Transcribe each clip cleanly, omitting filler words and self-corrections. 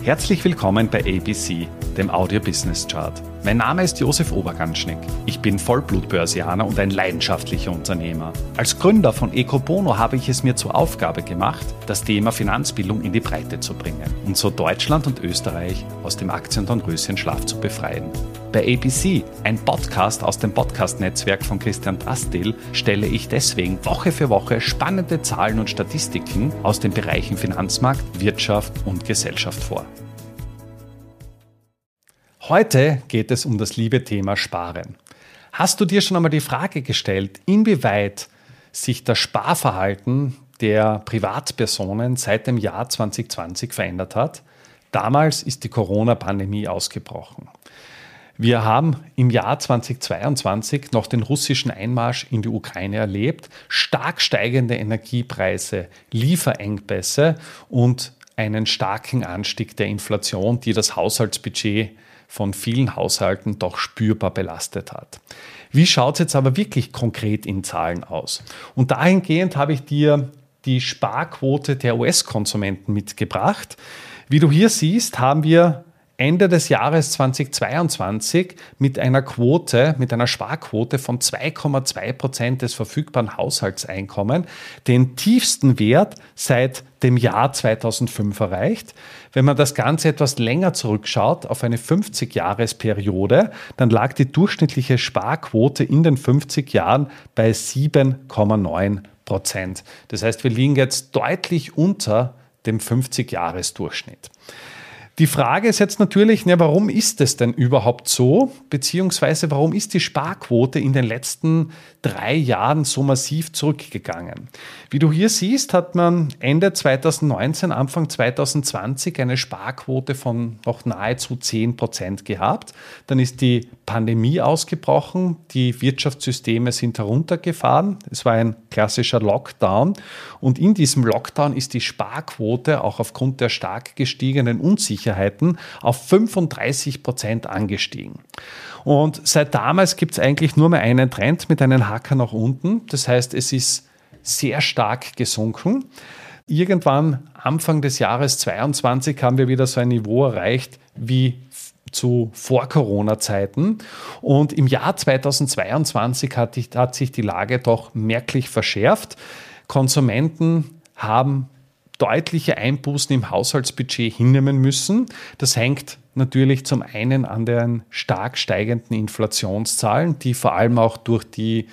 Herzlich willkommen bei ABC, dem Audio Business Chart. Mein Name ist Josef Oberganschnick. Ich bin Vollblutbörsianer und ein leidenschaftlicher Unternehmer. Als Gründer von Ecobono habe ich es mir zur Aufgabe gemacht, das Thema Finanzbildung in die Breite zu bringen und so Deutschland und Österreich aus dem Aktiendornröschenschlaf zu befreien. Bei ABC, ein Podcast aus dem Podcast-Netzwerk von Christian Drastil, stelle ich deswegen Woche für Woche spannende Zahlen und Statistiken aus den Bereichen Finanzmarkt, Wirtschaft und Gesellschaft vor. Heute geht es um das liebe Thema Sparen. Hast du dir schon einmal die Frage gestellt, inwieweit sich das Sparverhalten der Privatpersonen seit dem Jahr 2020 verändert hat? Damals ist die Corona-Pandemie ausgebrochen. Wir haben im Jahr 2022 noch den russischen Einmarsch in die Ukraine erlebt, stark steigende Energiepreise, Lieferengpässe und einen starken Anstieg der Inflation, die das Haushaltsbudget von vielen Haushalten doch spürbar belastet hat. Wie schaut es jetzt aber wirklich konkret in Zahlen aus? Und dahingehend habe ich dir die Sparquote der US-Konsumenten mitgebracht. Wie du hier siehst, haben wir Ende des Jahres 2022 mit einer Sparquote von 2,2% des verfügbaren Haushaltseinkommens den tiefsten Wert seit dem Jahr 2005 erreicht. Wenn man das Ganze etwas länger zurückschaut, auf eine 50-Jahres-Periode, dann lag die durchschnittliche Sparquote in den 50 Jahren bei 7,9%. Das heißt, wir liegen jetzt deutlich unter dem 50-Jahres-Durchschnitt. Die Frage ist jetzt natürlich, warum ist es denn überhaupt so, beziehungsweise warum ist die Sparquote in den letzten 3 Jahren so massiv zurückgegangen? Wie du hier siehst, hat man Ende 2019, Anfang 2020 eine Sparquote von noch nahezu 10% gehabt. Dann ist die Pandemie ausgebrochen, die Wirtschaftssysteme sind heruntergefahren, es war ein klassischer Lockdown und in diesem Lockdown ist die Sparquote auch aufgrund der stark gestiegenen Unsicherheiten auf 35% angestiegen. Und seit damals gibt es eigentlich nur mehr einen Trend mit einem Hacker nach unten. Das heißt, es ist sehr stark gesunken. Irgendwann Anfang des Jahres 2022 haben wir wieder so ein Niveau erreicht wie zu Vor-Corona-Zeiten. Und im Jahr 2022 hat sich die Lage doch merklich verschärft. Konsumenten haben deutliche Einbußen im Haushaltsbudget hinnehmen müssen. Das hängt natürlich zum einen an den stark steigenden Inflationszahlen, die vor allem auch durch die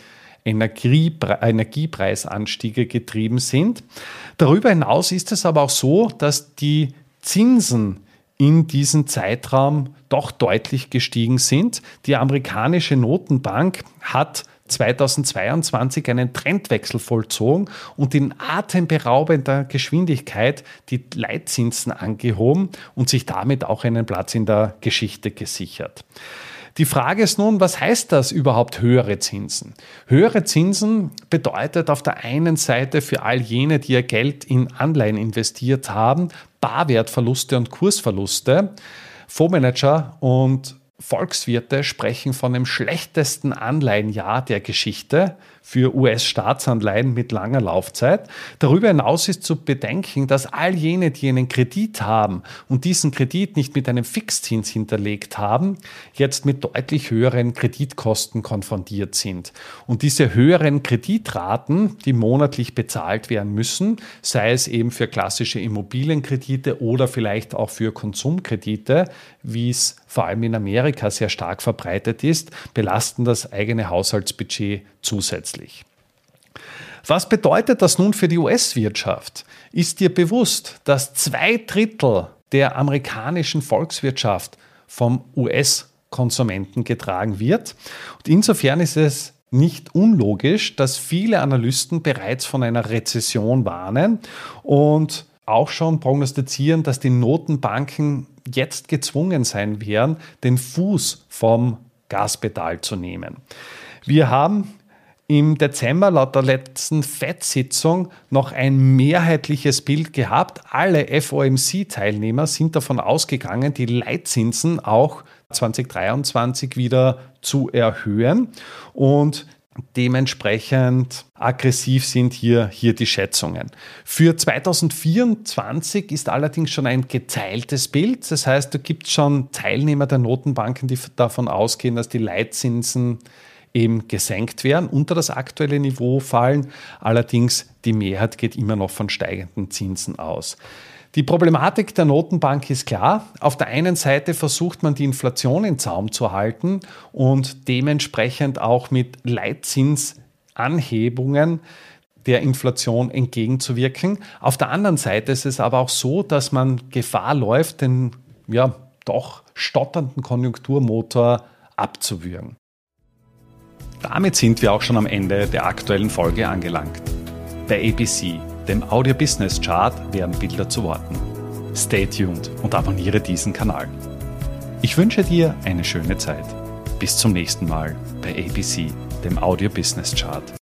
Energiepreisanstiege getrieben sind. Darüber hinaus ist es aber auch so, dass die Zinsen in diesem Zeitraum doch deutlich gestiegen sind. Die amerikanische Notenbank hat 2022 einen Trendwechsel vollzogen und in atemberaubender Geschwindigkeit die Leitzinsen angehoben und sich damit auch einen Platz in der Geschichte gesichert. Die Frage ist nun, was heißt das überhaupt höhere Zinsen? Höhere Zinsen bedeutet auf der einen Seite für all jene, die ihr Geld in Anleihen investiert haben, Barwertverluste und Kursverluste. Fondsmanager und Volkswirte sprechen von dem schlechtesten Anleihenjahr der Geschichte für US-Staatsanleihen mit langer Laufzeit. Darüber hinaus ist zu bedenken, dass all jene, die einen Kredit haben und diesen Kredit nicht mit einem Fixzins hinterlegt haben, jetzt mit deutlich höheren Kreditkosten konfrontiert sind. Und diese höheren Kreditraten, die monatlich bezahlt werden müssen, sei es eben für klassische Immobilienkredite oder vielleicht auch für Konsumkredite, wie es vor allem in Amerika sehr stark verbreitet ist, belasten das eigene Haushaltsbudget zusätzlich. Was bedeutet das nun für die US-Wirtschaft? Ist dir bewusst, dass 2/3 der amerikanischen Volkswirtschaft vom US-Konsumenten getragen wird? Und insofern ist es nicht unlogisch, dass viele Analysten bereits von einer Rezession warnen und auch schon prognostizieren, dass die Notenbanken jetzt gezwungen sein werden, den Fuß vom Gaspedal zu nehmen. Wir haben im Dezember laut der letzten FED-Sitzung noch ein mehrheitliches Bild gehabt. Alle FOMC-Teilnehmer sind davon ausgegangen, die Leitzinsen auch 2023 wieder zu erhöhen. Und Dementsprechend aggressiv sind hier die Schätzungen. Für 2024 ist allerdings schon ein geteiltes Bild. Das heißt, da gibt es schon Teilnehmer der Notenbanken, die davon ausgehen, dass die Leitzinsen eben gesenkt werden, unter das aktuelle Niveau fallen. Allerdings die Mehrheit geht immer noch von steigenden Zinsen aus. Die Problematik der Notenbank ist klar. Auf der einen Seite versucht man, die Inflation in Zaum zu halten und dementsprechend auch mit Leitzinsanhebungen der Inflation entgegenzuwirken. Auf der anderen Seite ist es aber auch so, dass man Gefahr läuft, den doch stotternden Konjunkturmotor abzuwürgen. Damit sind wir auch schon am Ende der aktuellen Folge angelangt. Bei ABC, dem Audio Business Chart, werden Bilder zu Worten. Stay tuned und abonniere diesen Kanal. Ich wünsche dir eine schöne Zeit. Bis zum nächsten Mal bei ABC, dem Audio Business Chart.